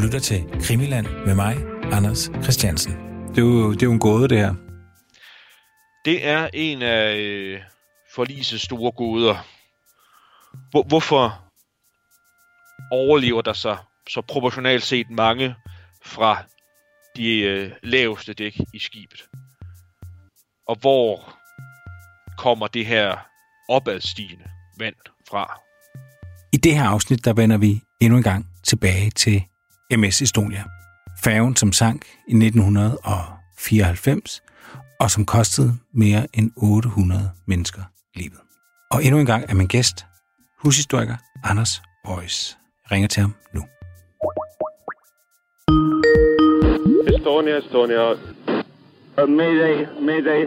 lytter til Krimiland med mig, Anders Christiansen. Det er jo en gåde, det her. Det er en af forlisets store gåder. Hvorfor overlever der så proportionalt set mange fra de laveste dæk i skibet? Og hvor kommer det her opadstigende vand fra? I det her afsnit, der vender vi endnu en gang tilbage til MS Estonia. Færgen, som sank i 1994, og som kostede mere end 800 mennesker livet. Og endnu en gang er min gæst, hushistoriker Anders Boyes. Jeg ringer til ham nu. Estonia. Mayday.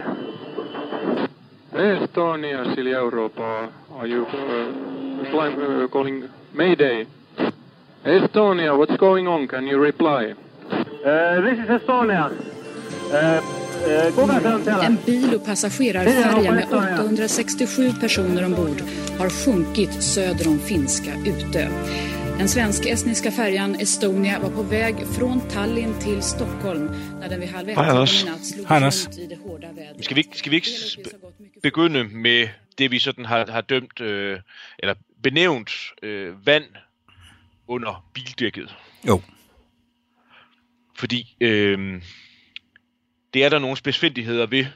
Estonia, Silja Europa. Are you calling Mayday? Estonia, what's going on? Can you reply? This is Estonia. En bil- och passagerarfärja med 867 personer ombord har sjunkit söder om finska Utö. Den svensk-estniska färjan Estonia var på väg från Tallinn till Stockholm när den vid halv ett i natt slog runt i det hårda vädret. Skal vi ikke begynde med det, vi sådan har dømt, eller benævnt vand under bildækket? Jo. Fordi det er der nogle spidsfindigheder ved.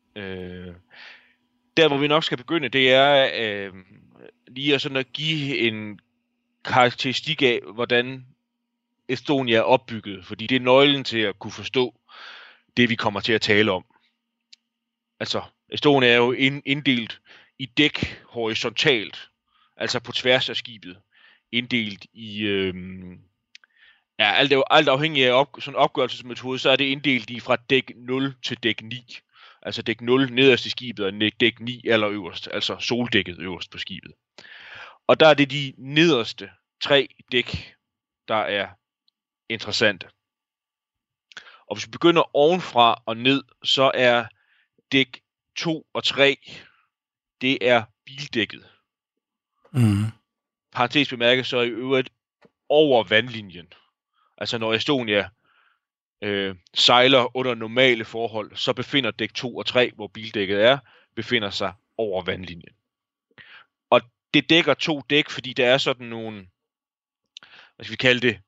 Der, hvor vi nok skal begynde, det er lige at give en karakteristik af, hvordan Estonia er opbygget. Fordi det er nøglen til at kunne forstå det, vi kommer til at tale om. Altså, Estonia er jo inddelt i dæk horisontalt, altså på tværs af skibet. Inddelt i... alt afhængig af sådan en opgørelsesmetode, så er det inddelt i fra dæk 0 til dæk 9. Altså dæk 0 nederst i skibet, og dæk 9 allerøverst, altså soldækket øverst på skibet. Og der er det de nederste 3 dæk, der er interessante. Og hvis vi begynder ovenfra og ned, så er dæk 2 og 3, det er bildækket. Mm. Parentes bemærket, så er i øvrigt over vandlinjen. Altså når Estonia sejler under normale forhold, så befinder dæk 2 og 3, hvor bildækket er, befinder sig over vandlinjen. Og det dækker 2 dæk, fordi der er sådan nogle, hvad skal vi kalde det,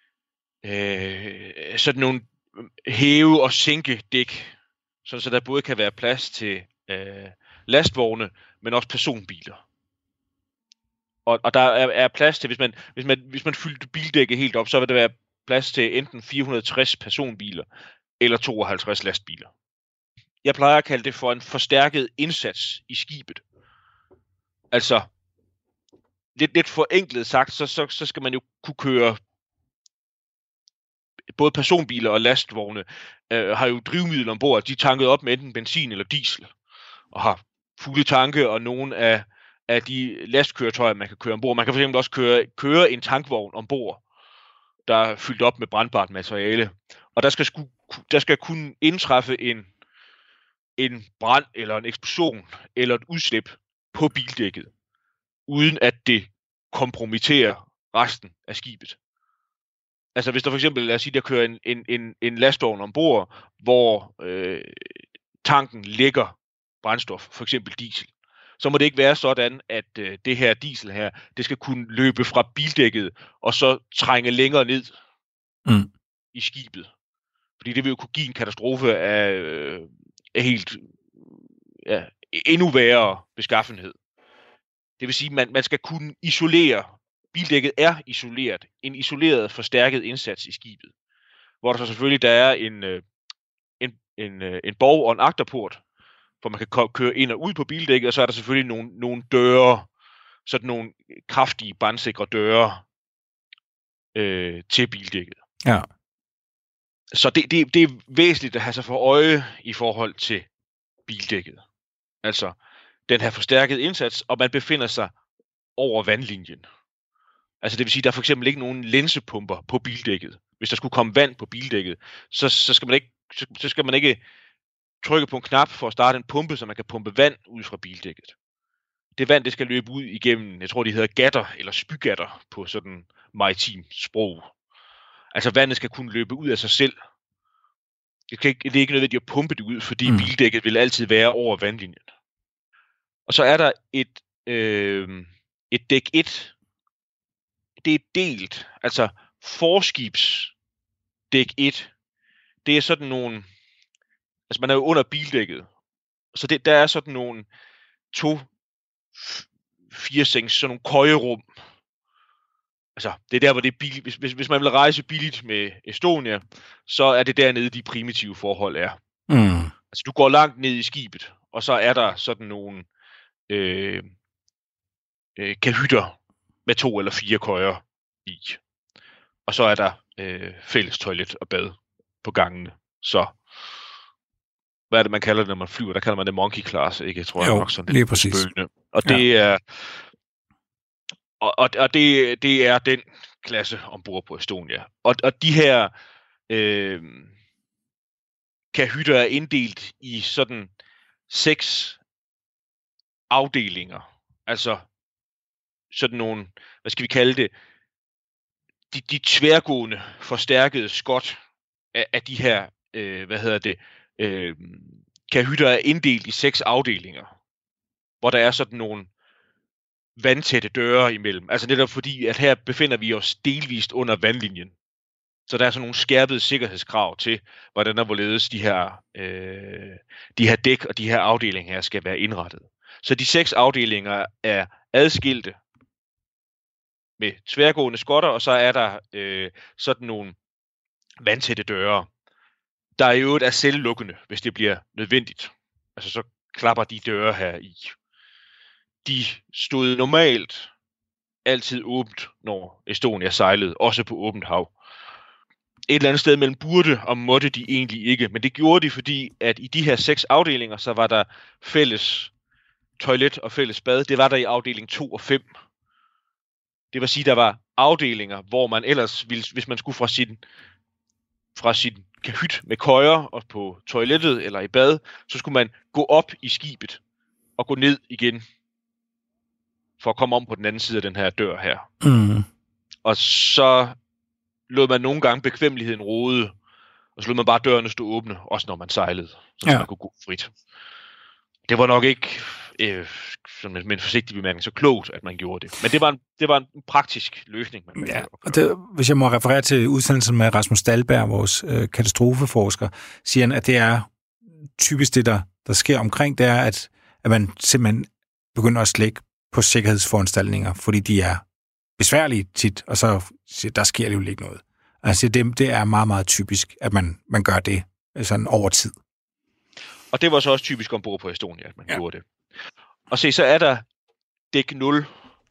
sådan nogle hæve- og sænke-dæk, så der både kan være plads til lastvogne, men også personbiler. Og der er plads til, hvis man fyldte bildækket helt op, så vil der være plads til enten 460 personbiler eller 52 lastbiler. Jeg plejer at kalde det for en forstærket indsats i skibet. Altså, lidt forenklet sagt, så skal man jo kunne køre, både personbiler og lastvogne har jo drivmidler ombord. De er tanket op med enten benzin eller diesel, og har fulde tanke, og nogle af de lastkøretøjer, man kan køre ombord. Man kan fx også køre en tankvogn ombord, der er fyldt op med brandbart materiale. Og der skal kunne indtræffe en brand, eller en eksplosion, eller et udslip på bildækket, uden at det kompromitterer resten af skibet. Altså hvis der for eksempel, lad os sige, der kører en lastvogn ombord, hvor tanken lægger brændstof, for eksempel diesel, så må det ikke være sådan, at det her diesel her, det skal kunne løbe fra bildækket, og så trænge længere ned i skibet. Fordi det vil jo kunne give en katastrofe af helt endnu værre beskaffenhed. Det vil sige, at man skal kunne isolere. Bildækket er isoleret. En isoleret, forstærket indsats i skibet. Hvor der så selvfølgelig der er en bov og en agterport, hvor man kan køre ind og ud på bildækket, og så er der selvfølgelig nogle døre, sådan nogle kraftige, brandsikre døre til bildækket. Ja. Så det er væsentligt at have sig for øje i forhold til bildækket. Altså den her forstærkede indsats, og man befinder sig over vandlinjen. Altså det vil sige, at der er for eksempel ikke nogen lænsepumper på bildækket. Hvis der skulle komme vand på bildækket, så skal man ikke trykke på en knap for at starte en pumpe, så man kan pumpe vand ud fra bildækket. Det vand, det skal løbe ud igennem, jeg tror de hedder gatter eller spygatter på sådan maritim sprog. Altså vandet skal kunne løbe ud af sig selv. Det er ikke nødvendigt at pumpe det ud, fordi bildækket vil altid være over vandlinjen. Og så er der et dæk 1. Det er delt. Altså forskibs dæk 1. Det er sådan nogle... Altså man er jo under bildækket. Så der er sådan nogle 4-sængs, sådan nogle køjerum. Altså, det er der, hvor det er billigt. Hvis man vil rejse billigt med Estonia, så er det dernede, de primitive forhold er. Altså, du går langt ned i skibet, og så er der sådan nogle kahytter med 2 eller 4 køjer i. Og så er der fælles toilet og bad på gangene. Så, hvad er det, man kalder det, når man flyver? Der kalder man det monkey class, ikke? Jeg tror, jo, nok sådan lige præcis. Spøgende. Og det er... Og det er den klasse ombord på Estonia. Og de her kahytter er inddelt i sådan 6 afdelinger. Altså sådan nogle, hvad skal vi kalde det, de tværgående forstærkede skot af de her, kahytter er inddelt i 6 afdelinger, hvor der er sådan nogle vandtætte døre imellem. Altså netop fordi, at her befinder vi os delvist under vandlinjen. Så der er sådan nogle skærpede sikkerhedskrav til, hvordan og hvorledes de her dæk og de her afdelinger her skal være indrettet. Så de 6 afdelinger er adskilte med tværgående skotter, og så er der sådan nogle vandtætte døre, der i øvrigt er selvlukkende, hvis det bliver nødvendigt. Altså så klapper de døre her i. De stod normalt altid åbent, når Estonia sejlede, også på åbent hav. Et eller andet sted mellem burde og måtte de egentlig ikke, men det gjorde de, fordi at i de her 6 afdelinger, så var der fælles toilet og fælles bad. Det var der i afdeling 2 og 5. Det vil sige, der var afdelinger, hvor man ellers ville, hvis man skulle fra sin kahyt med køjer og på toilettet eller i bad, så skulle man gå op i skibet og gå ned igen for at komme om på den anden side af den her dør her. Og så lod man nogle gange bekvemmeligheden rode, og så lod man bare dørene stå åbne, også når man sejlede, så man kunne gå frit. Det var nok ikke, med en forsigtig bemærkning, så klogt, at man gjorde det. Men det var en praktisk løsning. Og det, hvis jeg må referere til udsendelsen med Rasmus Dahlberg, vores katastrofeforsker, siger han, at det er typisk det, der sker omkring, det er, at man simpelthen begynder at slække på sikkerhedsforanstaltninger, fordi de er besværlige tit, og så der sker jo ikke noget. Altså det er meget, meget typisk, at man gør det sådan over tid. Og det var så også typisk ombord på Estonia, at man gjorde det. Og så er der dæk 0. Det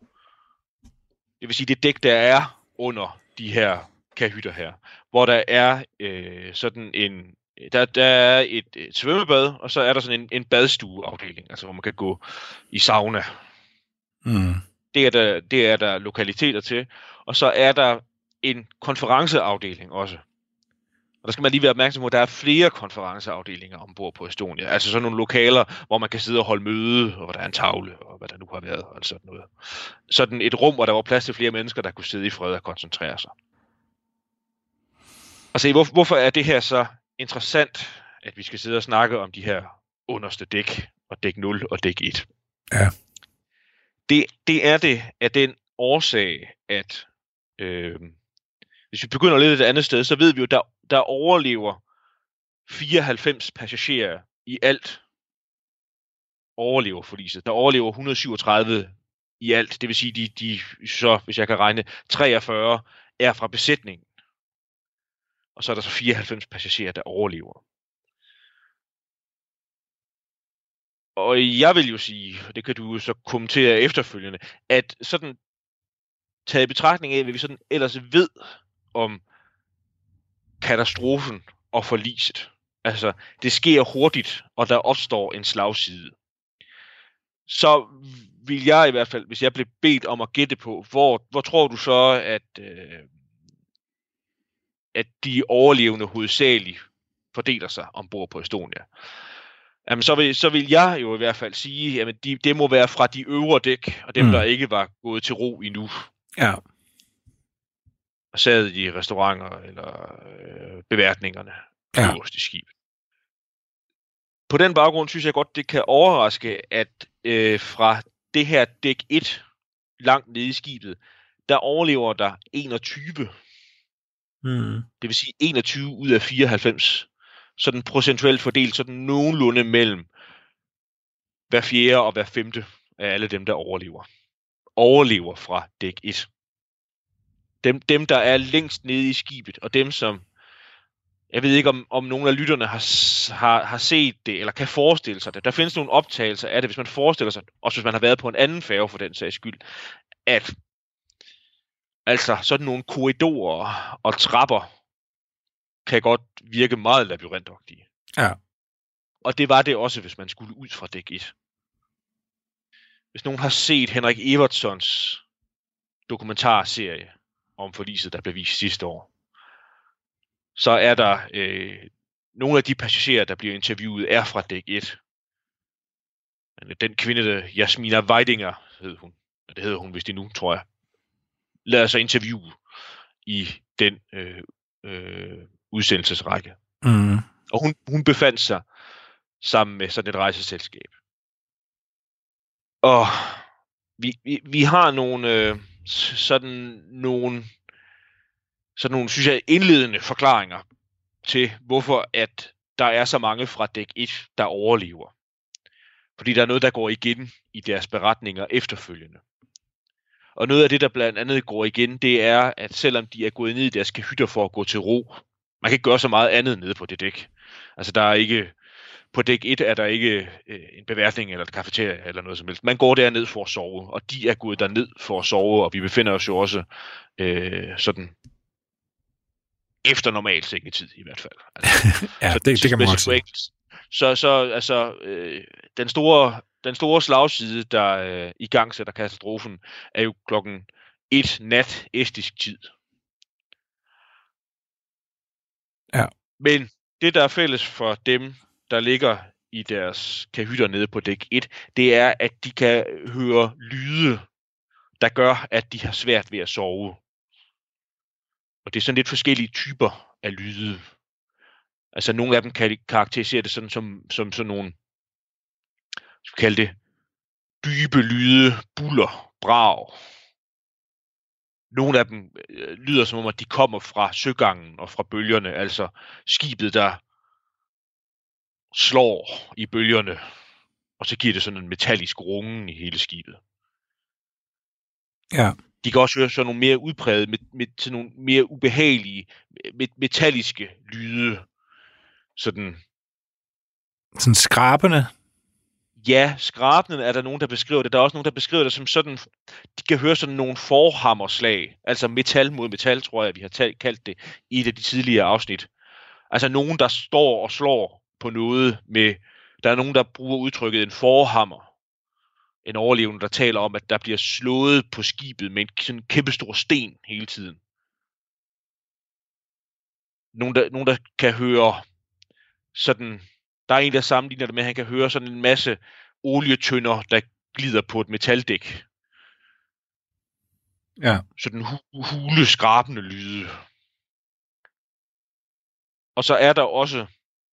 vil sige, det dæk, der er under de her kahytter her, hvor der er sådan en... Der er et svømmebad, og så er der sådan en badstueafdeling, altså hvor man kan gå i sauna. Det er der lokaliteter til. Og så er der en konferenceafdeling også. Og der skal man lige være opmærksom på, at der er flere konferenceafdelinger ombord på Estonia. Altså sådan nogle lokaler, hvor man kan sidde og holde møde, og hvor der er en tavle, og hvad der nu har været, og sådan noget. Sådan et rum, hvor der var plads til flere mennesker, der kunne sidde i fred og koncentrere sig. Og se, hvorfor er det her så interessant, at vi skal sidde og snakke om de her underste dæk, og dæk 0 og dæk 1? Ja. Det er det af den årsag, at hvis vi begynder lidt et andet sted, så ved vi jo, der overlever 94 passagerer i alt. Overlever forliset. Der overlever 137 i alt. Det vil sige, de så, hvis jeg kan regne, 43 er fra besætningen. Og så er der så 94 passagerer, der overlever. Og jeg vil jo sige, og det kan du så kommentere efterfølgende, at sådan taget i betragtning af, hvad vi sådan ellers ved om katastrofen og forliset. Altså, det sker hurtigt, og der opstår en slagside. Så vil jeg i hvert fald, hvis jeg blev bedt om at gætte på, hvor tror du så, at de overlevende hovedsageligt fordeler sig ombord på Estonia? Jamen, så vil jeg jo i hvert fald sige, at det må være fra de øvre dæk, og dem, der ikke var gået til ro endnu. Ja. sad i restauranter eller beværtningerne øverst i skibet. På den baggrund synes jeg godt, det kan overraske, at fra det her dæk 1 langt nede i skibet, der overlever der 21. Det vil sige 21 ud af 94. Sådan procentuelt fordelt, sådan nogenlunde mellem hver fjerde og hver femte af alle dem, der overlever fra dæk 1. Dem, der er længst nede i skibet, og dem, som jeg ved ikke, om nogle af lytterne har set det, eller kan forestille sig det. Der findes nogle optagelser af det, hvis man forestiller sig, også hvis man har været på en anden færge for den sags skyld, at altså sådan nogle korridorer og trapper kan godt virke meget labyrintagtige. Ja. Og det var det også, hvis man skulle ud fra dæk 1. Hvis nogen har set Henrik Evertssons dokumentarserie om forliset, der blev vist sidste år, så er der nogle af de passagerer, der bliver interviewet, er fra dæk 1. Den kvinde, der Jasmina Weidinger, hed hun. Det hedder hun, hvis det nu, tror jeg. Lader sig interviewe i den udsendelsesrække. Og hun befandt sig sammen med sådan et rejseselskab. Og vi har nogle synes jeg, indledende forklaringer til, hvorfor at der er så mange fra dæk 1, der overlever. Fordi der er noget, der går igen i deres beretninger efterfølgende. Og noget af det, der blandt andet går igen, det er, at selvom de er gået ned i deres kahytter for at gå til ro, man kan ikke gøre så meget andet nede på det dæk. Altså der er ikke, på dæk 1 er der ikke en beværtning eller et kafeteria eller noget som helst. Man går derned for at sove, og de er gået derned for at sove, og vi befinder os jo også sådan efter normal sengetid i hvert fald. Altså, ja, det kan man også sige. Så den store slagside, der igangsætter katastrofen, er jo klokken 1 nat estisk tid. Ja. Men det, der er fælles for dem, der ligger i deres kahytter nede på dæk 1, det er, at de kan høre lyde, der gør, at de har svært ved at sove. Og det er sådan lidt forskellige typer af lyde. Altså nogle af dem kan karakterisere det sådan som sådan nogle, skal vi kalde det, dybe lyde, buller, brag. Nogle af dem lyder som om, at de kommer fra søgangen og fra bølgerne, altså skibet, der slår i bølgerne, og så giver det sådan en metallisk rungen i hele skibet. Ja. De kan også høre sådan nogle mere udprægede, med sådan nogle mere ubehagelige, metalliske lyde. Sådan skrabende? Ja, skrabende er der nogen, der beskriver det. Der er også nogen, der beskriver det som sådan, de kan høre sådan nogle forhammerslag. Altså metal mod metal, tror jeg, vi har kaldt det i et af de tidligere afsnit. Altså nogen, der står og slår på noget med, der er nogen, der bruger udtrykket en forhammer. En overlevende, der taler om, at der bliver slået på skibet med en sådan kæmpestor sten hele tiden. Nogen, der kan høre sådan, der er en, der sammenligner det med, at han kan høre sådan en masse olietønder, der glider på et metaldæk. Ja. Sådan hule, skrabende lyde. Og så er der også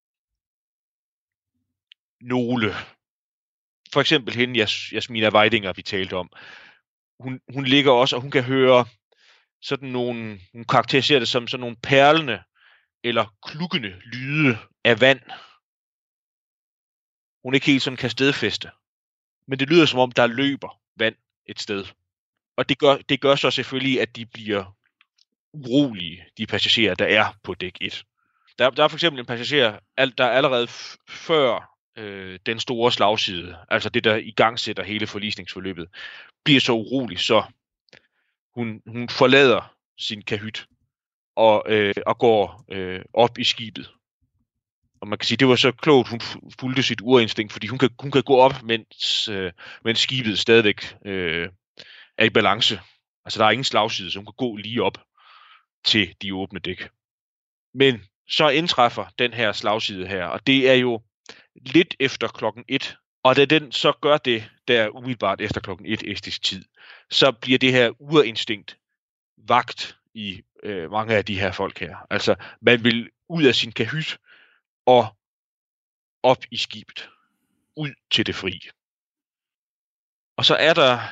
nogle, for eksempel hende, Jasmina Weidinger, vi talte om. Hun ligger også, og hun kan høre sådan nogle, hun karakteriserer det som sådan nogle perlende eller klukkende lyde af vand. Hun er ikke helt sådan kan stedfæste. Men det lyder som om, der løber vand et sted. Og det gør så selvfølgelig, at de bliver urolige, de passagerer, der er på dæk 1. Der er for eksempel en passager, der allerede før den store slagside, altså det, der igangsætter hele forlisningsforløbet, bliver så urolig, så hun forlader sin kahyt og går op i skibet. Og man kan sige, det var så klogt, hun fulgte sit urinstinkt, fordi hun kan gå op, mens skibet stadigvæk er i balance. Altså der er ingen slagside, så hun kan gå lige op til de åbne dæk. Men så indtræffer den her slagside her, og det er jo lidt efter klokken 1. Og da den så gør det der umiddelbart efter klokken 1 estisk tid, så bliver det her urinstinkt vagt i mange af de her folk her. Altså, man vil ud af sin kahyt og op i skibet. Ud til det frie. Og så er der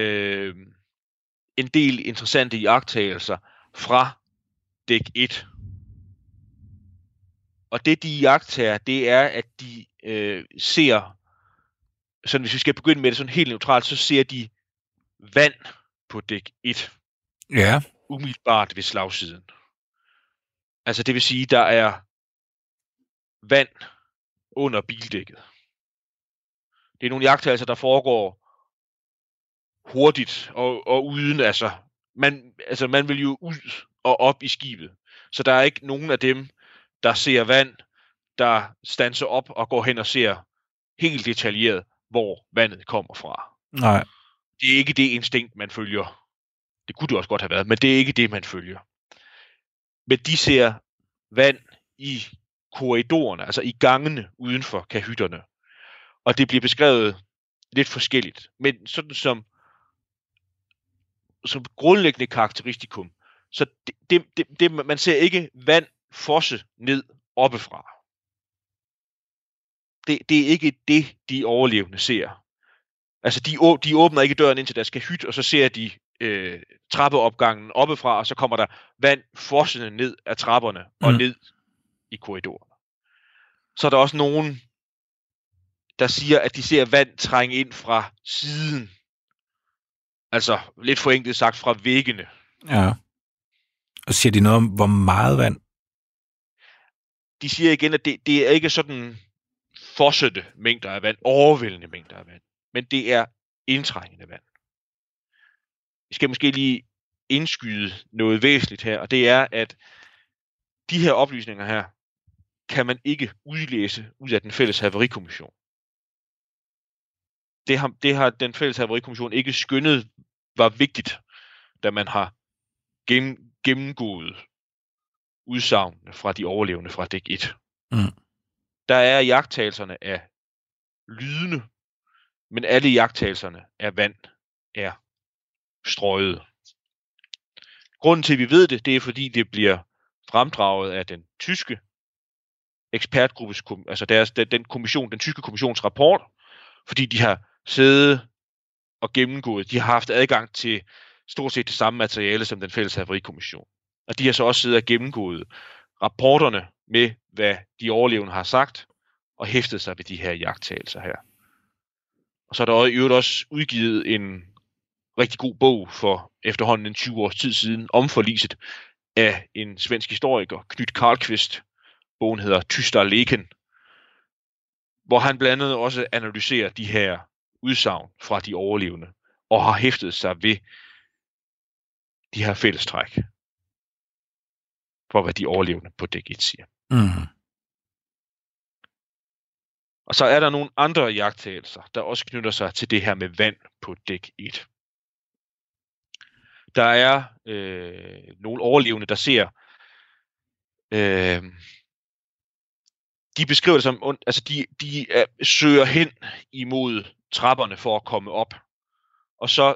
en del interessante iagttagelser fra dæk 1. Og det, de iagttager, det er, at de ser, sådan hvis vi skal begynde med det sådan helt neutralt, så ser de vand på dæk 1. Ja. Umiddelbart ved slagsiden. Altså det vil sige, der er vand under bildækket. Det er nogle iagttagelser, der foregår hurtigt og uden, man vil jo ud og op i skibet. Så der er ikke nogen af dem, der ser vand, der standser op og går hen og ser helt detaljeret, hvor vandet kommer fra. Nej. Det er ikke det instinkt, man følger. Det kunne det også godt have været, men det er ikke det, man følger. Men de ser vand i korridorerne, altså i gangene uden for kahytterne. Og det bliver beskrevet lidt forskelligt. Men sådan som grundlæggende karakteristikum, så man ser ikke vand fosse ned oppefra. Det er ikke det, de overlevende ser. Altså, de åbner ikke døren ind til deres kahyt, og så ser de trappeopgangen oppefra, og så kommer der vand fossende ned af trapperne og ned i korridoren. Så er der også nogen, der siger, at de ser vand trænge ind fra siden. Altså, lidt forenklet sagt, fra væggene. Ja. Og siger de noget om, hvor meget vand? De siger igen, at det er ikke sådan fossede mængder af vand, overvældende mængder af vand, men det er indtrængende vand. Vi skal måske lige indskyde noget væsentligt her, og det er, at de her oplysninger her, kan man ikke udlæse ud af den fælles havarikommission. Det har den fælles havarikommission ikke skønnet var vigtigt, da man har gennemgået udsagnene fra de overlevende fra dæk 1. Der er iagttagelserne af lydene, men alle iagttagelserne af vand er strøget. Grunden til, at vi ved det, det er, fordi det bliver fremdraget af den tyske ekspertgruppes, altså den tyske kommissions rapport, fordi de har siddet og gennemgået, de har haft adgang til stort set det samme materiale som den fælles havarikommission. Og de har så også siddet og gennemgået rapporterne med, hvad de overlevende har sagt, og hæftet sig ved de her iagttagelser her. Og så er der i øvrigt også udgivet en rigtig god bog for efterhånden en 20 års tid siden, om forliset af en svensk historiker, Knut Karlqvist. Bogen hedder Tyster Leken, hvor han blandt andet også analyserer de her udsagn fra de overlevende, og har hæftet sig ved de her fællestræk, for hvad de overlevende på dæk 1 siger. Og så er der nogle andre iagttagelser, der også knytter sig til det her med vand på dæk 1. Der er nogle overlevende, der ser, de beskriver det som, altså de søger hen imod trapperne for at komme op, og så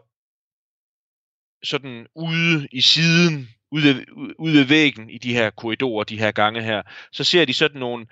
sådan ude i siden, ude ved væggen i de her korridorer, de her gange her, så ser de sådan nogle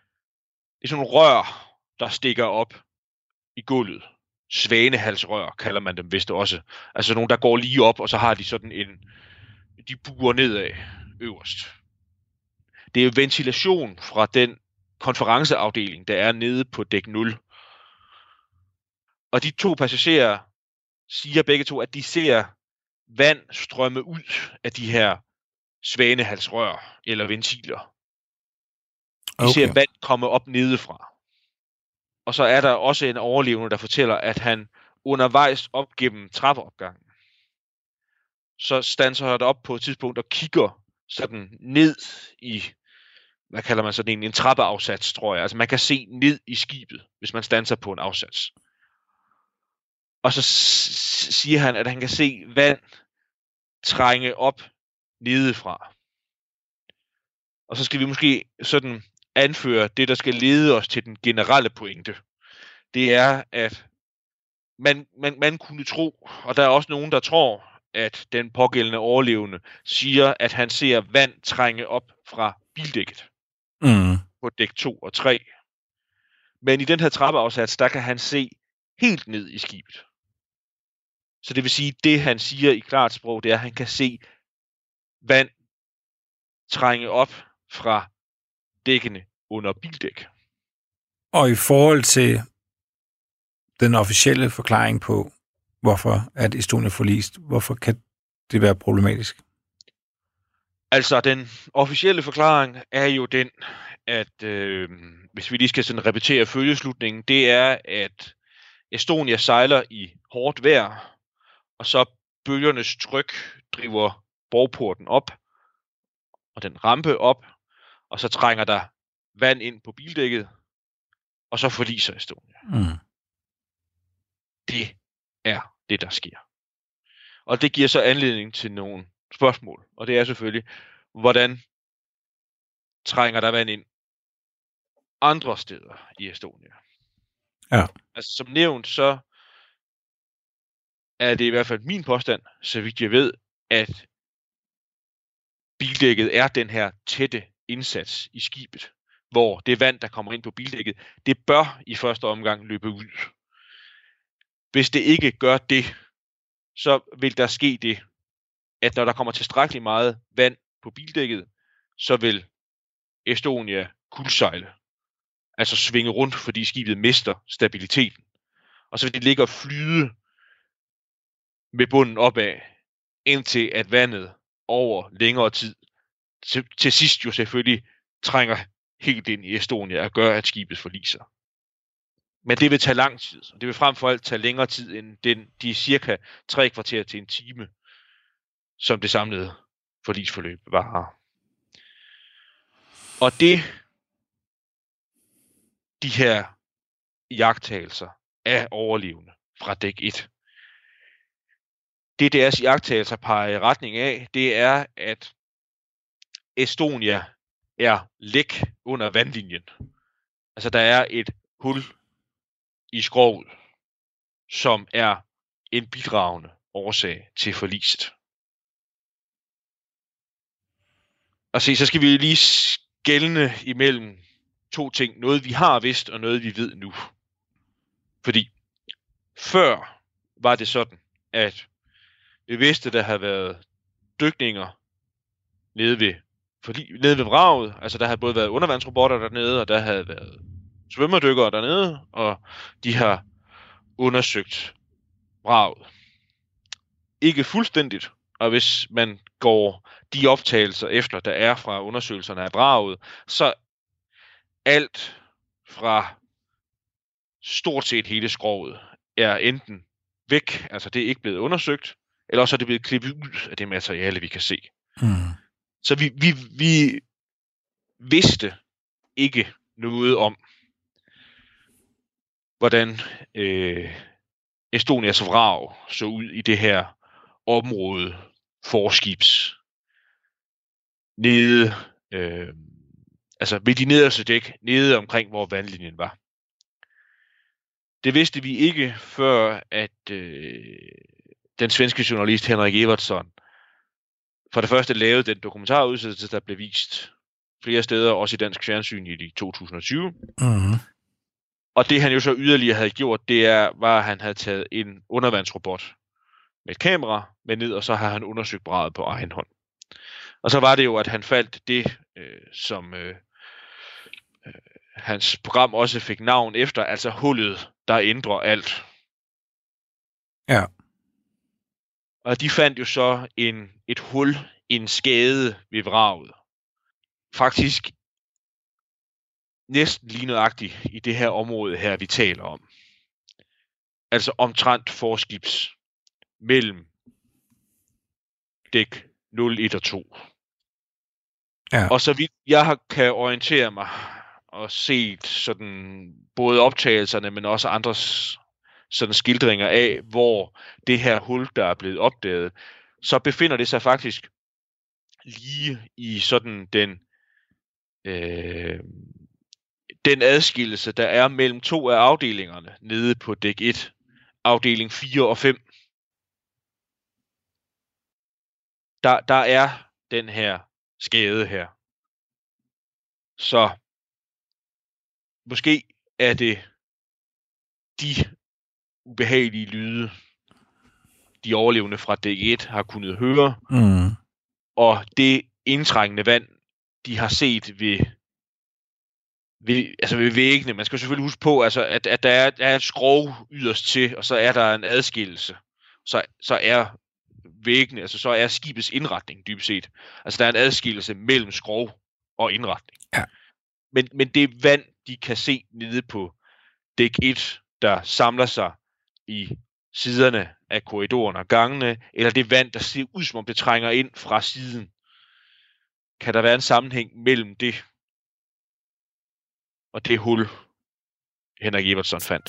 rør, der stikker op i gulvet. Svanehalsrør kalder man dem vist også. Altså nogle, der går lige op, og så har de sådan de buer nedad øverst. Det er ventilation fra den konferenceafdeling, der er nede på dæk 0. Og de to passagerer siger begge to, at de ser vand strømme ud af de her svanehalsrør eller ventiler. De ser vand komme op nedefra. Og så er der også en overlevende, der fortæller, at han undervejs op gennem trappeopgangen, så standser han op på et tidspunkt og kigger sådan ned i, hvad kalder man sådan en trappeafsats, tror jeg. Altså man kan se ned i skibet, hvis man standser på en afsats. Og så siger han, at han kan se vand trænge op nedefra. Og så skal vi måske sådan anføre det, der skal lede os til den generelle pointe. Det er, at man kunne tro, og der er også nogen, der tror, at den pågældende overlevende siger, at han ser vand trænge op fra bildækket på dæk 2 og 3. Men i den her trappeafsats, der kan han se helt ned i skibet. Så det vil sige, det han siger i klart sprog, det er, at han kan se vand trænge op fra dækkene under bildæk. Og i forhold til den officielle forklaring på, hvorfor at Estonia forlist, hvorfor kan det være problematisk? Altså, den officielle forklaring er jo den, at hvis vi lige skal sådan repetere følgeslutningen, det er, at Estonia sejler i hårdt vejr, og så bølgernes tryk driver borgporten op, og den rampe op, og så trænger der vand ind på bildækket, og så forliser Estonia. Det er det, der sker. Og det giver så anledning til nogle spørgsmål, og det er selvfølgelig, hvordan trænger der vand ind andre steder i Estonia? Ja. Altså som nævnt, så er det i hvert fald min påstand, så vidt jeg ved, at bildækket er den her tætte indsats i skibet, hvor det vand, der kommer ind på bildækket, det bør i første omgang løbe ud. Hvis det ikke gør det, så vil der ske det, at når der kommer tilstrækkeligt meget vand på bildækket, så vil Estonia kuldsejle. Altså svinge rundt, fordi skibet mister stabiliteten. Og så vil det ligge og flyde med bunden opad, indtil at vandet over længere tid, til sidst jo selvfølgelig, trænger helt ind i Estonia og gør, at skibet forliser. Men det vil tage lang tid, og det vil frem for alt tage længere tid end de cirka 3 kvarter til en time, som det samlede forlisforløb varer. Og de her iagttagelser af overlevende fra dæk 1, det deres iagttagelser peger i retning af, det er, at Estonia er læk under vandlinjen. Altså der er et hul i skroget, som er en bidragende årsag til forliset. Og se, så skal vi lige skelne imellem to ting. Noget vi har vidst, og noget vi ved nu. Fordi før var det sådan, at vi vidste, der havde været dykninger nede ved vraget. Altså der havde både været undervandsrobotter dernede, og der havde været svømmerdykkere dernede, og de har undersøgt vraget. Ikke fuldstændigt, og hvis man går de optagelser efter, der er fra undersøgelserne af vraget, så alt fra stort set hele skroget er enten væk, altså det er ikke blevet undersøgt, eller også er det blevet klippet ud af det materiale, vi kan se. Så vi vidste ikke noget om, hvordan Estonias vrag så ud i det her område forskibs nede, altså ved de nederste dæk, nede omkring, hvor vandlinjen var. Det vidste vi ikke, før at den svenske journalist Henrik Evertsson for det første lavede den dokumentarudsendelse, der blev vist flere steder, også i dansk fjernsyn i 2020. Og det han jo så yderligere havde gjort, det var, at han havde taget en undervandsrobot med et kamera med ned, og så har han undersøgt vraget på egen hånd. Og så var det jo, at han faldt det, som hans program også fik navn efter, altså hullet, der ændrer alt. Ja. Og de fandt jo så et hul, en skade ved vraget. Faktisk næsten lige nøjagtigt i det her område her, vi taler om. Altså omtrent forskibs mellem dæk 0, 1 og 2. Ja. Og så vidt jeg kan orientere mig og set sådan både optagelserne, men også andres sådan skildringer af, hvor det her hul, der er blevet opdaget, så befinder det sig faktisk lige i sådan den adskillelse, der er mellem to af afdelingerne nede på dæk 1, afdeling 4 og 5. der er den her skade her. Så måske er det de ubehagelige lyde, de overlevende fra dæk 1 har kunnet høre, og det indtrængende vand, de har set ved væggene. Man skal selvfølgelig huske på, altså, at der er et skrog yderst til, og så er der en adskillelse. Så er væggene, altså så er skibets indretning dybest set. Altså der er en adskillelse mellem skrog og indretning. Ja. Men det vand, de kan se nede på dæk 1, der samler sig i siderne af korridoren og gangene, eller det vand, der ser ud, som om det trænger ind fra siden. Kan der være en sammenhæng mellem det og det hul, Henrik Evertsson fandt?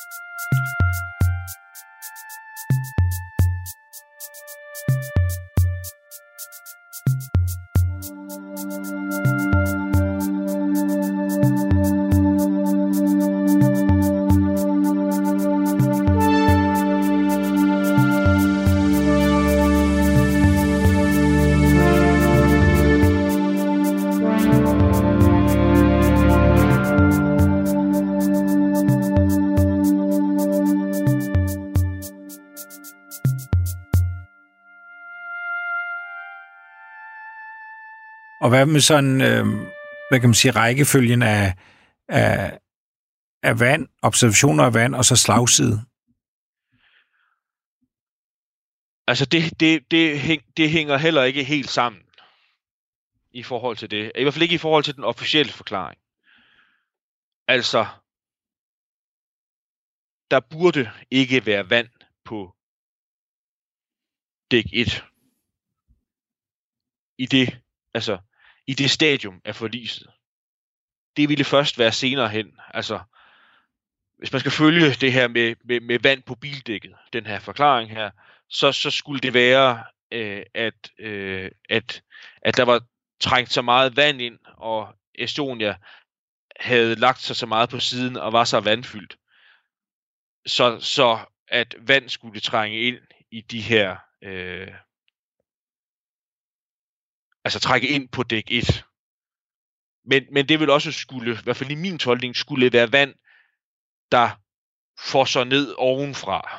Og hvad med sådan, hvad kan man sige, rækkefølgen af vand, observationer af vand, og så slagside? Altså, det hænger heller ikke helt sammen i forhold til det. I hvert fald ikke i forhold til den officielle forklaring. Altså, der burde ikke være vand på dæk 1. I det stadium af forliset. Det ville først være senere hen. Altså, hvis man skal følge det her med vand på bildækket, den her forklaring her, så skulle det være, at der var trængt så meget vand ind, og Estonia havde lagt sig så meget på siden og var så vandfyldt, så at vand skulle trænge ind i de her, altså trække ind på dæk 1. Men det vil også skulle, i hvert fald i min tolkning, skulle være vand, der fosser ned ovenfra.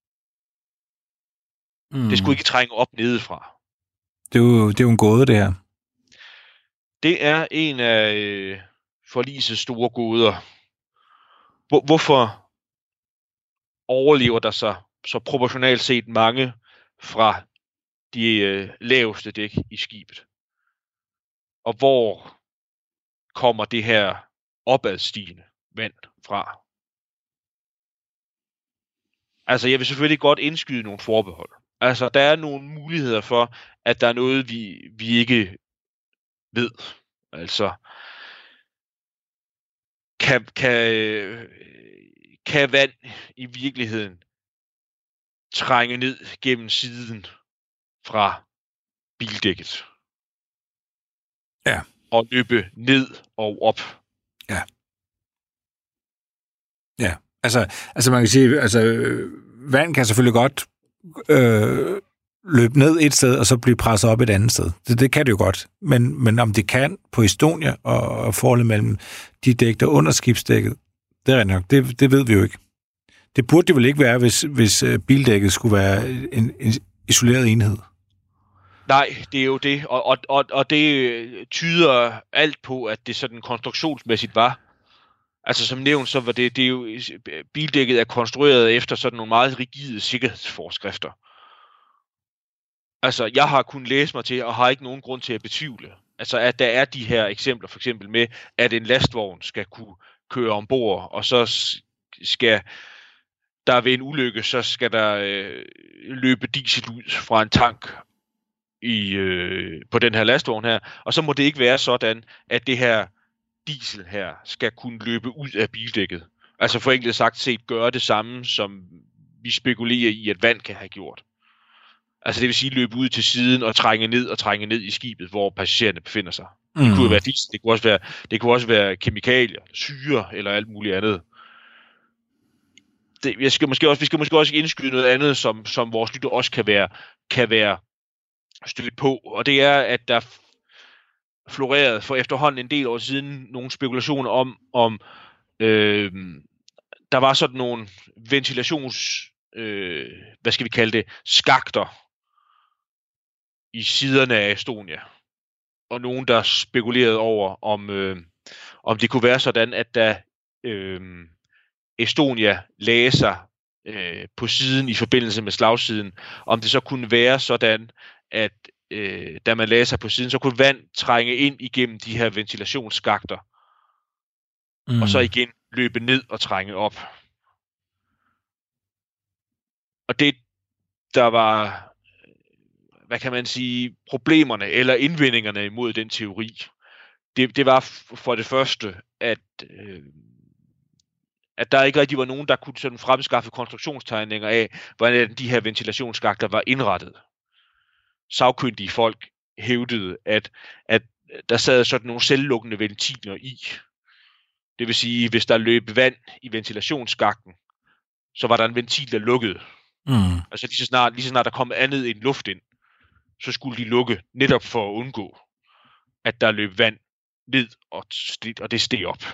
Det skulle ikke trænge op nedefra. Det er jo en gåde, det her. Det er en af forlisets store gåder. Hvorfor overlever der så proportionalt set mange fra de laveste dæk i skibet? Og hvor kommer det her opadstigende vand fra? Altså, jeg vil selvfølgelig godt indskyde nogle forbehold. Altså, der er nogle muligheder for, at der er noget, vi ikke ved. Altså, kan vand i virkeligheden trænge ned gennem siden fra bildækket? Ja. Og løbe ned og op. Ja. Ja, altså man kan sige, altså vand kan selvfølgelig godt løbe ned et sted, og så blive presset op et andet sted. Det kan det jo godt. Men om det kan på Estonia og forholdet mellem de dæk, der under skibsdækket, det er nok. Det ved vi jo ikke. Det burde det vel ikke være, hvis bildækket skulle være en isoleret enhed. Nej, det er jo det, og det tyder alt på, at det sådan konstruktionsmæssigt var. Altså som nævnt, så var det er jo, bildækket er konstrueret efter sådan nogle meget rigide sikkerhedsforskrifter. Altså, jeg har kunnet læse mig til, og har ikke nogen grund til at betvivle, altså at der er de her eksempler, for eksempel med, at en lastvogn skal kunne køre ombord, og så skal der ved en ulykke, så skal der løbe diesel ud fra en tank på den her lastvogn her, og så må det ikke være sådan, at det her diesel her skal kunne løbe ud af bildækket. Altså for enkelt sagt set gøre det samme, som vi spekulerer i, at vand kan have gjort. Altså det vil sige løbe ud til siden og trænge ned i skibet, hvor passagererne befinder sig. Det kunne være diesel, det kunne også være kemikalier, syre eller alt muligt andet. Vi skal måske også indskyde noget andet, som vores lytter også kan være stødt på, og det er, at der florerede for efterhånden en del år siden nogle spekulationer om der var sådan nogle ventilations, hvad skal vi kalde det, skakter i siderne af Estonia. Og nogen, der spekulerede over, om det kunne være sådan, at da Estonia lagde sig på siden i forbindelse med slagsiden, om det så kunne være sådan, at da man lagde sig på siden, så kunne vand trænge ind igennem de her ventilationsskakter, og så igen løbe ned og trænge op. Og det, der var, hvad kan man sige, problemerne eller indvendingerne imod den teori, det var for det første, at der ikke rigtig var nogen, der kunne sådan fremskaffe konstruktionstegninger af, hvordan de her ventilationsskakter var indrettet. Sagkyndige folk hævdede, at der sad sådan nogle selvlukkende ventiler i. Det vil sige, hvis der løb vand i ventilationsskakten, så var der en ventil, der lukkede. Altså lige så snart der kom andet end luft ind, så skulle de lukke, netop for at undgå, at der løb vand ned, og det steg op.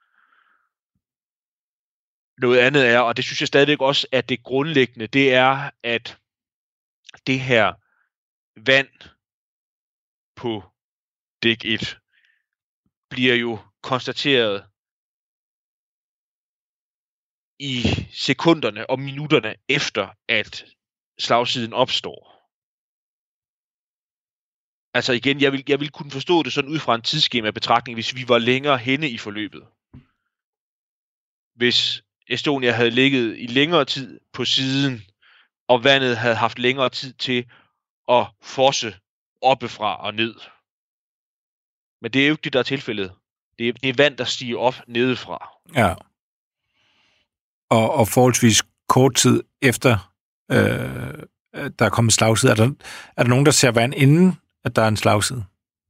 Noget andet er, og det synes jeg stadigvæk også, at det grundlæggende, det er, at det her vand på dæk 1 bliver jo konstateret i sekunderne og minutterne efter, at slagsiden opstår. Altså igen, jeg vil kunne forstå det sådan ud fra en tidsskema-betragtning, hvis vi var længere henne i forløbet. Hvis Estonia havde ligget i længere tid på siden, og vandet havde haft længere tid til at fosse oppefra og ned. Men det er jo ikke det, der er tilfældet. Det er vand, der stiger op nedefra. Ja. Og forholdsvis kort tid efter, der er kommet slagside, er der nogen, der ser vand inden, at der er en slagside?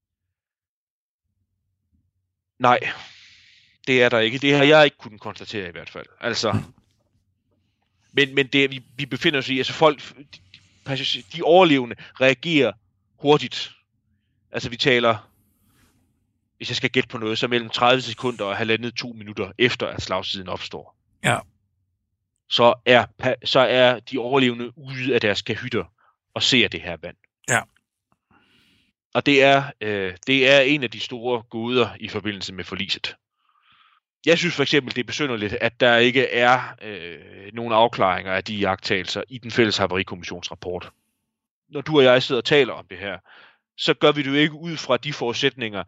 Nej, det er der ikke. Det har jeg ikke kunnet konstatere i hvert fald. Altså, men det, vi befinder os i, altså folk, de overlevende reagerer hurtigt. Altså vi taler, hvis jeg skal gætte på noget, så mellem 30 sekunder og 1,5-2 minutter efter, at slagsiden opstår. Ja. Så er de overlevende ude af deres kahytter og ser det her vand. Ja. Og det er en af de store gåder i forbindelse med forliset. Jeg synes for eksempel, det er besynderligt, at der ikke er nogen afklaringer af de iagttagelser i den fælles havarikommissionsrapport. Når du og jeg sidder og taler om det her, så gør vi det jo ikke ud fra de forudsætninger,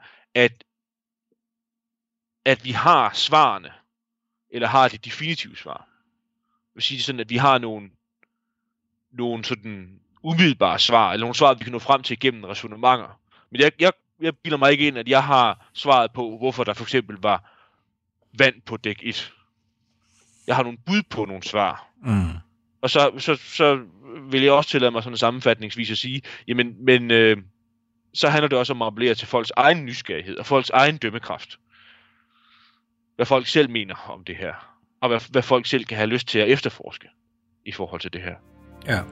at vi har svarene, eller har det definitive svar. Jeg vil sige det sådan, at vi har nogle sådan umiddelbare svar, eller nogle svar, vi kan nå frem til gennem ræsonnementer. Men jeg bilder mig ikke ind, at jeg har svaret på, hvorfor der for eksempel var vand på dæk 1. Jeg har nogle bud på nogle svar. Og så vil jeg også tillade mig sådan sammenfatningsvis at sige, men så handler det også om at appellere til folks egen nysgerrighed og folks egen dømmekraft. Hvad folk selv mener om det her, og hvad folk selv kan have lyst til at efterforske i forhold til det her. Ja.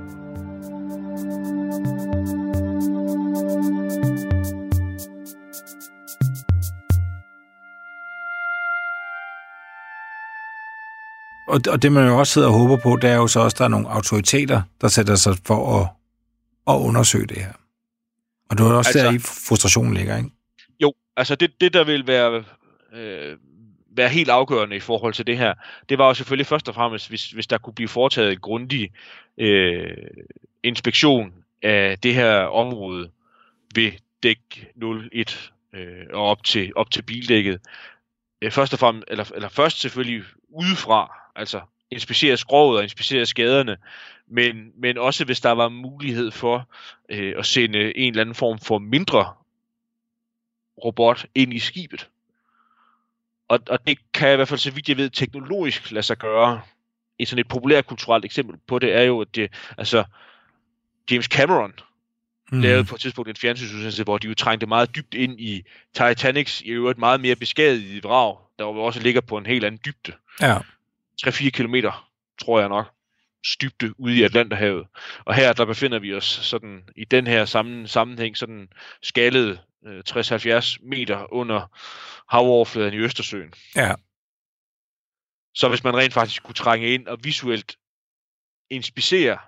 Og det, man jo også sidder og håber på, det er jo så også, at der er nogle autoriteter, der sætter sig for at undersøge det her. Og det er også der i frustrationen ligger, ikke? Jo, altså det der vil være helt afgørende i forhold til det her, det var jo selvfølgelig først og fremmest, hvis der kunne blive foretaget en grundig inspektion af det her område ved dæk 01 og op til bildækket. Først og fremmest, eller først selvfølgelig udefra, altså inspicere skroget og inspicere skaderne, men også hvis der var mulighed for at sende en eller anden form for mindre robot ind i skibet. Og det kan i hvert fald, så vidt jeg ved, teknologisk lade sig gøre. Et sådan et populærkulturelt eksempel på det er jo, at James Cameron lavede på et tidspunkt en fjernsynsudsendelse, hvor de jo trængte meget dybt ind i Titanics, i øvrigt meget mere beskadiget vrag, der jo også ligger på en helt anden dybde. Ja. 3-4 kilometer, tror jeg nok. dybde ude i Atlanterhavet. Og her der befinder vi os sådan i den her sammenhæng sådan skaldet 60-70 meter under havoverfladen i Østersøen. Ja. Så hvis man rent faktisk kunne trænge ind og visuelt inspicere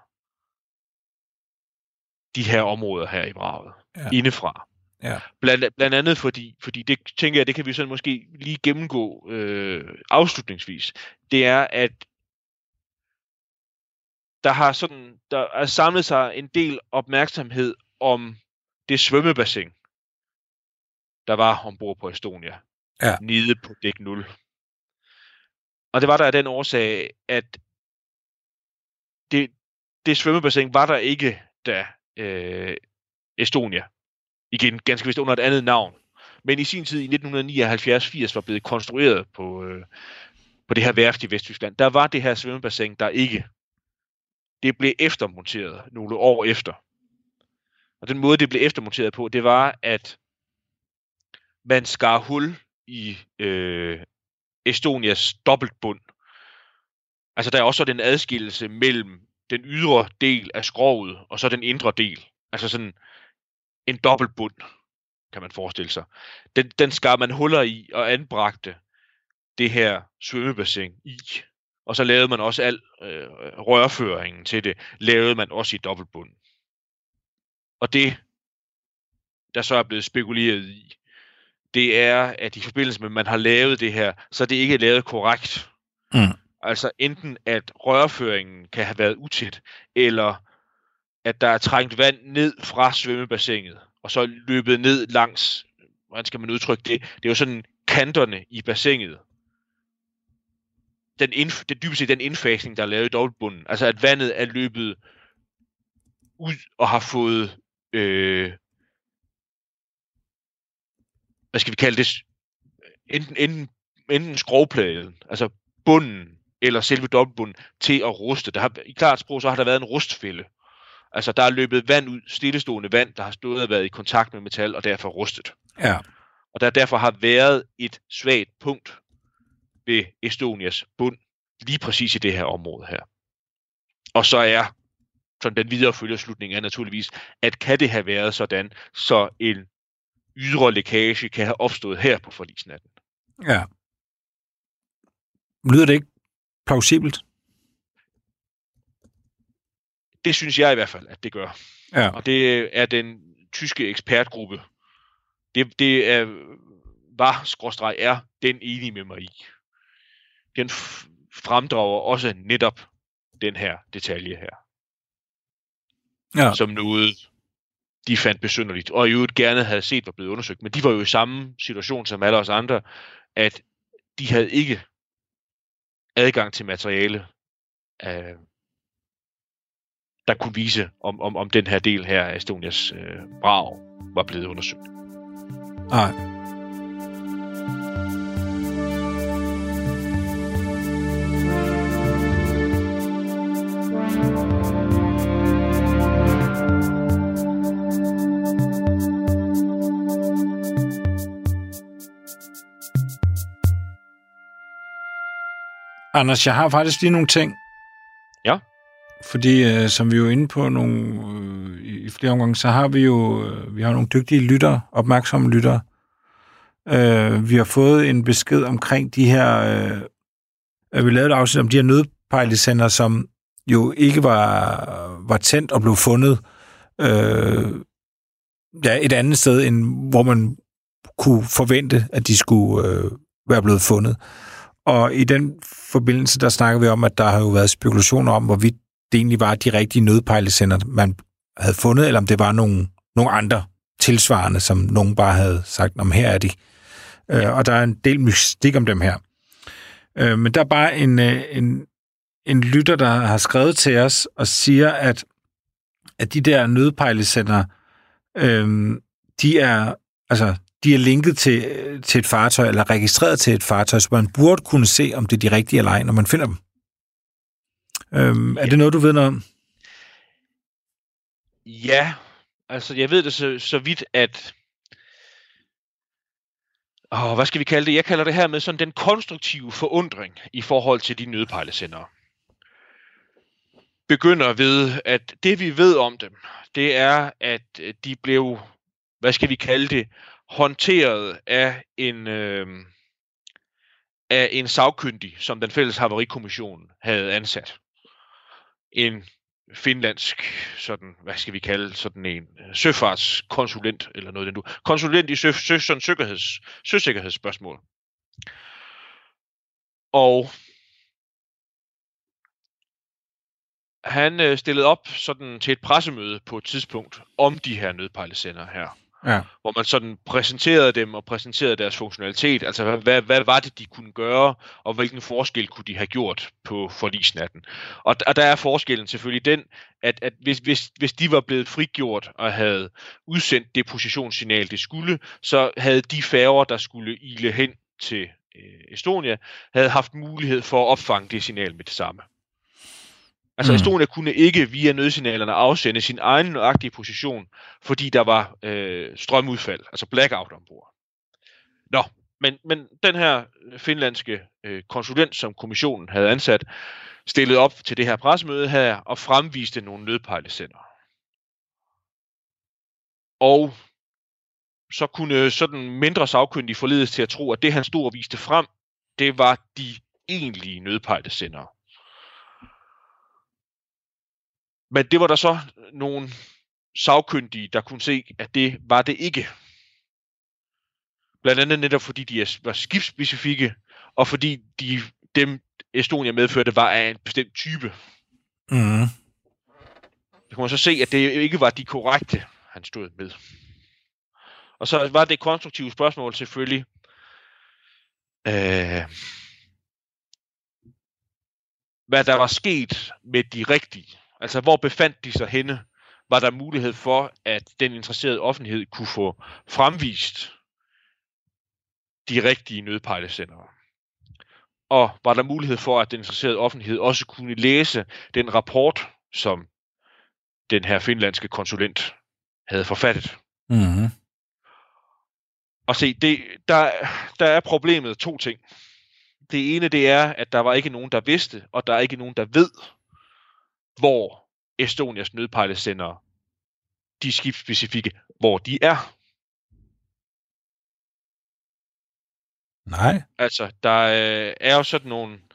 de her områder her i vraget indefra. Ja. Blandt andet fordi det tænker jeg, det kan vi sådan måske lige gennemgå afslutningsvis. Det er, at der er samlet sig en del opmærksomhed om det svømmebassin, der var ombord på Estonia, nede på dæk 0. Og det var der af den årsag, at det svømmebassin var der ikke, da Estonia, igen ganske vist under et andet navn, men i sin tid i 1979-80 var blevet konstrueret på det her værft i Vesttyskland. Der var det her svømmebassin, der ikke. Det blev eftermonteret nogle år efter. Og den måde, det blev eftermonteret på, det var, at man skar hul i Estonias dobbeltbund. Altså der er også den adskillelse mellem den ydre del af skroget og så den indre del. Altså sådan en dobbeltbund, kan man forestille sig. Den skar man huller i og anbragte det her svømmebassin i. Og så lavede man også al rørføringen til det, lavede man også i dobbeltbunden. Og det, der så er blevet spekuleret i, det er, at i forbindelse med, at man har lavet det her, så er det ikke lavet korrekt. Altså enten, at rørføringen kan have været utæt, eller at der er trængt vand ned fra svømmebassinet, og så løbet ned langs, hvordan skal man udtrykke det? Det er jo sådan kanterne i bassinet. Det dybest set den indfasning, der er lavet i dobbeltbunden. Altså at vandet er løbet ud og har fået, hvad skal vi kalde det, enten skrovpladen, altså bunden, eller selve dobbeltbunden, til at ruste. I klart sprog, så har der været en rustfælde. Altså der er løbet vand ud, stillestående vand, der har stået og været i kontakt med metal, og derfor rustet. Ja. Og der derfor har været et svagt punkt ved Estonias bund, lige præcis i det her område her. Og så er sådan den videre følgeslutning er naturligvis, at kan det have været sådan, så en ydre lækage kan have opstået her på forlisnatten. Ja. Lyder det ikke plausibelt? Det synes jeg i hvert fald, at det gør. Ja. Og det er den tyske ekspertgruppe. Det er den enige med mig i. Den fremdrager også netop den her detalje her. Ja. Som noget, de fandt besynderligt, og i øvrigt gerne havde set, var blevet undersøgt. Men de var jo i samme situation som alle os andre, at de havde ikke adgang til materiale, der kunne vise, om den her del her af Estonias vrag var blevet undersøgt. Nej. Anders, jeg har faktisk lige nogle ting. Ja. Fordi, som vi jo er inde på i flere omgange, så har vi jo nogle dygtige lyttere, opmærksomme lyttere. Vi har fået en besked omkring de her... vi lavede et afsnit om de her nødpejlesender, som jo ikke var tændt og blev fundet et andet sted, end hvor man kunne forvente, at de skulle være blevet fundet. Og i den forbindelse, der snakker vi om, at der har jo været spekulationer om, hvorvidt det egentlig var de rigtige nødpejlesender, man havde fundet, eller om det var nogle andre tilsvarende, som nogen bare havde sagt, om her er de. Og der er en del mystik om dem her. Men der er bare en lytter, der har skrevet til os og siger, at de der nødpejlesender, de er linket til et fartøj, eller registreret til et fartøj, så man burde kunne se, om det er de rigtige eller ej, når man finder dem. Er det noget, du ved noget om? Ja, altså jeg ved det så vidt, at... hvad skal vi kalde det? Jeg kalder det her med sådan den konstruktive forundring i forhold til de nødpejlesendere. begynder ved, at det vi ved om dem, det er, at de blev, hvad skal vi kalde det, håndteret af en sagkyndig, som den fælles havarikommission havde ansat. En finlandsk, sådan, hvad skal vi kalde, sådan en søfartskonsulent, eller noget den du. Konsulent i søsikkerhedsspørgsmål. Og han stillede op sådan til et pressemøde på et tidspunkt om de her nødpejlesender her. Ja. Hvor man sådan præsenterede dem og præsenterede deres funktionalitet, altså hvad var det, de kunne gøre, og hvilken forskel kunne de have gjort på forlisnatten. Og der er forskellen selvfølgelig den, at hvis de var blevet frigjort og havde udsendt det positionssignal, det skulle, så havde de færger, der skulle ile hen til Estonia, havde haft mulighed for at opfange det signal med det samme. Altså Estonia kunne ikke via nødsignalerne afsende sin egen nøjagtige position, fordi der var strømudfald, altså blackout ombord. Nå, men den her finlandske konsulent, som kommissionen havde ansat, stillede op til det her pressemøde her og fremviste nogle nødpejlesender. Og så kunne sådan mindre sagkyndige forledes til at tro, at det han stod og viste frem, det var de egentlige nødpejlesendere. Men det var der så nogle sagkyndige, der kunne se, at det var det ikke. Blandt andet netop fordi de var skibsspecifikke, og fordi dem Estonia medførte var af en bestemt type. Mm. Det kunne man så se, at det ikke var de korrekte, han stod med. Og så var det konstruktive spørgsmål selvfølgelig, hvad der var sket med de rigtige. Altså, hvor befandt de sig henne? Var der mulighed for, at den interesserede offentlighed kunne få fremvist de rigtige nødpejlesendere? Og var der mulighed for, at den interesserede offentlighed også kunne læse den rapport, som den her finlandske konsulent havde forfattet? Mm-hmm. Og se, der er problemet 2 ting. Det ene, det er, at der var ikke nogen, der vidste, og der er ikke nogen, der ved, hvor Estonias nødpejlesendere, de skibsspecifikke, hvor de er. Nej. Altså, der er jo sådan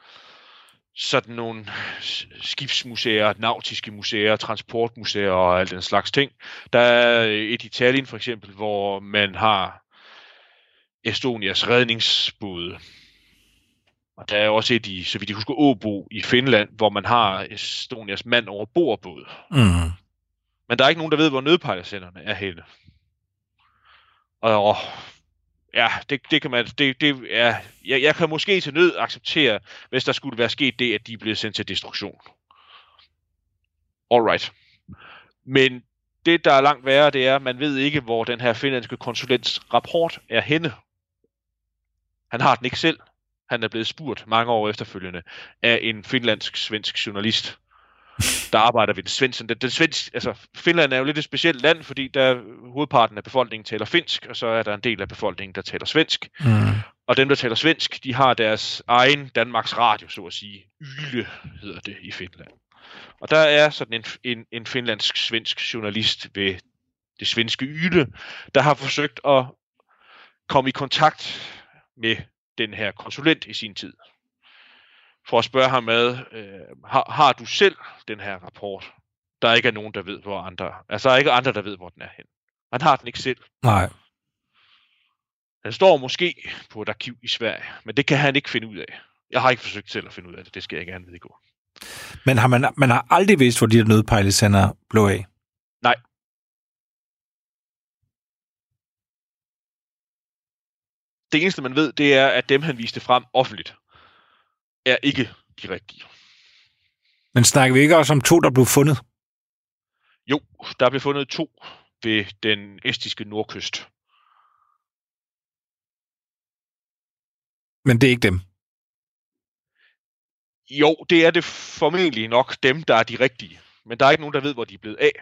nogle skibsmuseer, nautiske museer, transportmuseer og alt den slags ting. Der er et i Tallinn for eksempel, hvor man har Estonias redningsbåde. Og der er også et i, så vidt jeg husker, Åbo i Finland, hvor man har Estonias mand over bordbåd. Mm. Men der er ikke nogen, der ved, hvor nødpejlesenderne er henne. Og ja, det kan man, jeg kan måske til nød acceptere, hvis der skulle være sket det, at de er blevet sendt til destruktion. Alright. Men det, der er langt værre, det er, at man ved ikke, hvor den her finlandske konsulents rapport er henne. Han har den ikke selv. Han er blevet spurgt mange år efterfølgende af en finlandsk-svensk journalist, der arbejder ved den svenske. Altså, Finland er jo lidt et specielt land, fordi der hovedparten af befolkningen taler finsk, og så er der en del af befolkningen, der taler svensk. Mm. Og dem, der taler svensk, de har deres egen Danmarks Radio, så at sige. Yle hedder det i Finland. Og der er sådan en finlandsk-svensk journalist ved det svenske Yle, der har forsøgt at komme i kontakt med den her konsulent i sin tid. For at spørge ham med, har du selv den her rapport? Der er ikke nogen, der ved, hvor andre... Altså, der er ikke andre, der ved, hvor den er hen. Han har den ikke selv. Nej. Den står måske på et arkiv i Sverige, men det kan han ikke finde ud af. Jeg har ikke forsøgt selv at finde ud af det. Det skal jeg gerne vedgå. Men man har aldrig vidst, hvor de her nødpejlesender blev af? Nej. Det eneste, man ved, det er, at dem, han viste frem offentligt, er ikke de rigtige. Men snakker vi ikke også om 2, der blev fundet? Jo, der blev fundet 2 ved den estiske nordkyst. Men det er ikke dem? Jo, det er det formentlig nok dem, der er de rigtige. Men der er ikke nogen, der ved, hvor de er blevet af.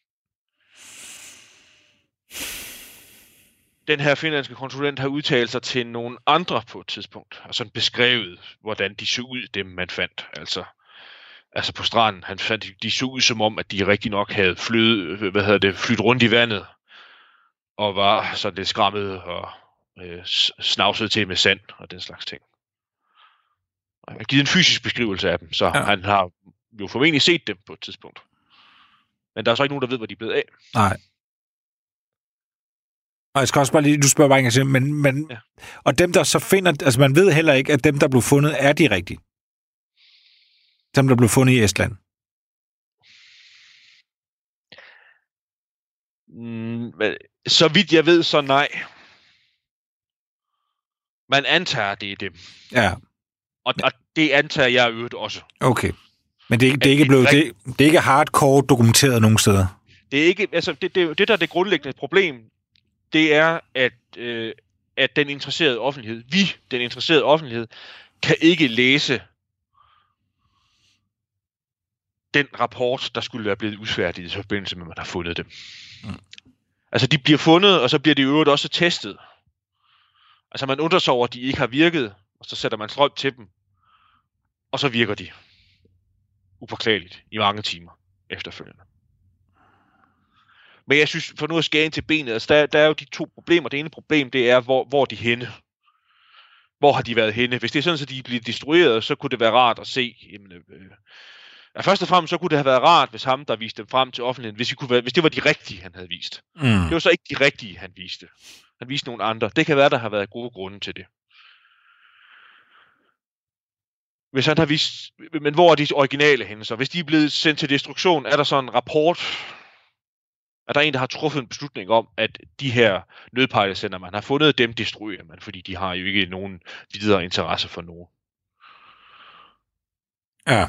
Den her finlandske konsulent har udtalt sig til nogle andre på et tidspunkt, og sådan beskrevet, hvordan de så ud, dem man fandt. Altså, altså på stranden. Han fandt, de så ud som om, at de rigtig nok havde flydt rundt i vandet, og var sådan lidt skræmmet og snavset til med sand og den slags ting. Og jeg har givet en fysisk beskrivelse af dem, så han har jo formentlig set dem på et tidspunkt. Men der er så ikke nogen, der ved, hvor de er blevet af. Nej. Og jeg skal også bare lige, du spørger bare ikke, men ja. Og dem, der så finder, altså man ved heller ikke, at dem, der blev fundet, er de rigtige. Dem, der blev fundet i Estland. Så vidt jeg ved, så nej. Man antager, det er dem. Ja. Og det antager jeg øvrigt også. Okay. Men det er ikke hardcore dokumenteret nogen steder. Det er ikke, altså det der er det grundlæggende problem, det er, at den interesserede offentlighed, kan ikke læse den rapport, der skulle være blevet udfærdiget i forbindelse med, at man har fundet dem. Mm. Altså, de bliver fundet, og så bliver de i øvrigt også testet. Altså, man undrer sig over, at de ikke har virket, og så sætter man strøm til dem, og så virker de upåklageligt i mange timer efterfølgende. Men jeg synes, for nu at skære ind til benet, altså der er jo de to problemer. Det ene problem, det er, hvor er de henne? Hvor har de været henne? Hvis det er sådan, at de bliver destrueret, så kunne det være rart at se. Jamen, først og fremmest, så kunne det have været rart, hvis ham, der viste dem frem til offentligheden, hvis det var de rigtige, han havde vist. Mm. Det var så ikke de rigtige, han viste. Han viste nogle andre. Det kan være, der har været gode grunde til det. Hvis han har vist, men hvor er de originale henne så? Hvis de er blevet sendt til destruktion, er der så en rapport, at der er en, der har truffet en beslutning om, at de her nødpejlesender, man har fundet, dem destruerer man, fordi de har jo ikke nogen videre interesse for nogen. Ja.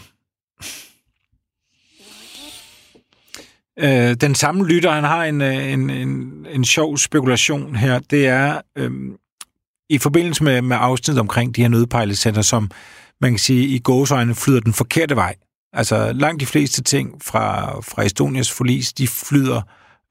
Den samme lytter, han har en sjov spekulation her, det er i forbindelse med afsnit omkring de her nødpejlesender, som man kan sige, i gåseøjne flyder den forkerte vej. Altså langt de fleste ting fra Estonias forlis, de flyder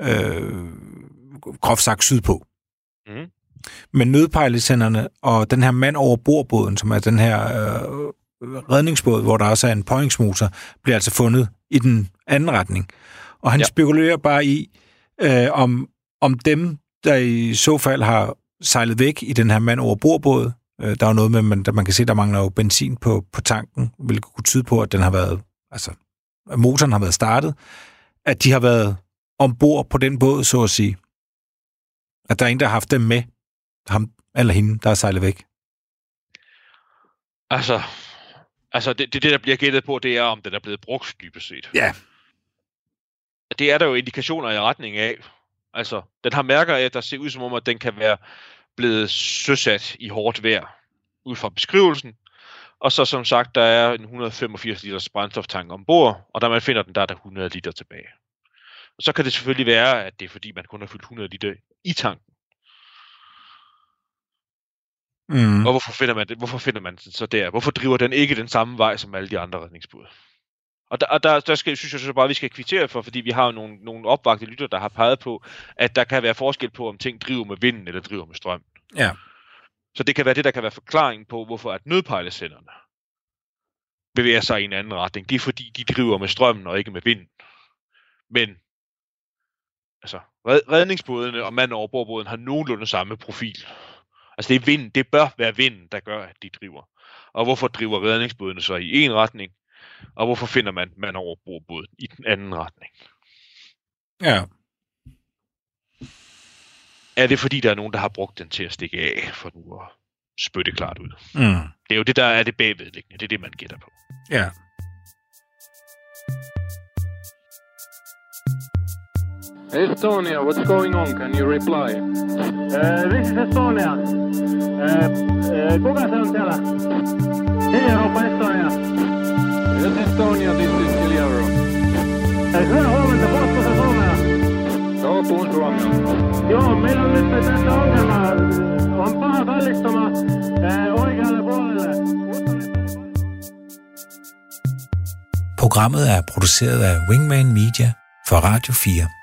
groft sagt sydpå. Mm. Men nødpejlesenderne og den her mand over bordbåden, som er den her redningsbåd, hvor der også er en påhængsmotor, bliver altså fundet i den anden retning. Og han spekulerer bare i, om dem, der i så fald har sejlet væk i den her mand over bordbåd, der er jo noget med, at man kan se, der mangler jo benzin på tanken, hvilket kunne tyde på, at den har været, altså, at motoren har været startet, at de har været ombord på den båd, så at sige. At der er en, der har haft dem med, ham eller hende, der er sejlet væk. Altså det der bliver gættet på, det er, om den er blevet brugt dybest set. Ja. Det er der jo indikationer i retning af. Altså, den har mærker af, der ser ud som om, at den kan være blevet søsat i hårdt vejr, ud fra beskrivelsen. Og så som sagt, der er en 185 liters brændstoftank ombord, og da man finder den, der er der 100 liter tilbage. Og så kan det selvfølgelig være, at det er fordi, man kun har fyldt 100 liter i tanken. Mm. Og hvorfor finder man den så der? Hvorfor driver den ikke den samme vej som alle de andre redningsbåde? Og der synes jeg så bare, at vi skal kvittere for, fordi vi har jo nogle opvagte lytter, der har peget på, at der kan være forskel på, om ting driver med vinden eller driver med strøm. Ja. Så det kan være det, der kan være forklaringen på, hvorfor at nødpejlesenderne bevæger sig i en anden retning. Det er fordi, de driver med strømmen og ikke med vinden. Men altså, redningsbådene og mand over bordbåden har nogenlunde samme profil. Altså det er vinden, det bør være vinden, der gør, at de driver. Og hvorfor driver redningsbådene så i en retning? Og hvorfor finder man over bordbåden i den anden retning? Ja. Er det fordi, der er nogen, der har brugt den til at stikke af, for nu at spytte klart ud? Mm. Det er jo det, der er det bagvedliggende. Det er det, man gætter på. Ja. Estonia, what's going on? Can you reply? This is Estonia. Kuka se on siellä? Europa, Estonia. Yes, Estonia, this is Iliaro. Hyvää huomenta, puhutko se suomea? Joo, puhun suomea. Joo, meillä on nyt tässä ongelma. On paha kallistuma oikealle puolelle. Programmet er produceret af Wingman Media for Radio 4.